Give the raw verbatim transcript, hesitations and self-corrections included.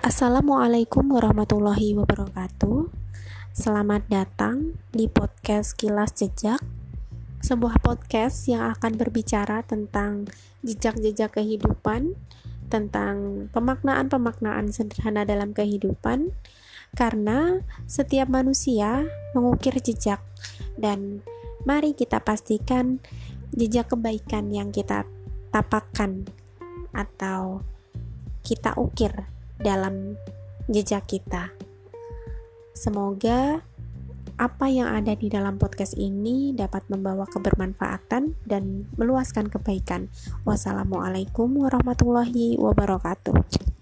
Assalamualaikum warahmatullahi wabarakatuh. Selamat datang di podcast Kilas Jejak, sebuah podcast yang akan berbicara tentang jejak-jejak kehidupan, tentang pemaknaan-pemaknaan sederhana dalam kehidupan, karena setiap manusia mengukir jejak, dan mari kita pastikan jejak kebaikan yang kita tapakkan atau kita ukir dalam jejak kita. Semoga apa yang ada di dalam podcast ini dapat membawa kebermanfaatan dan meluaskan kebaikan. Wassalamualaikum warahmatullahi wabarakatuh.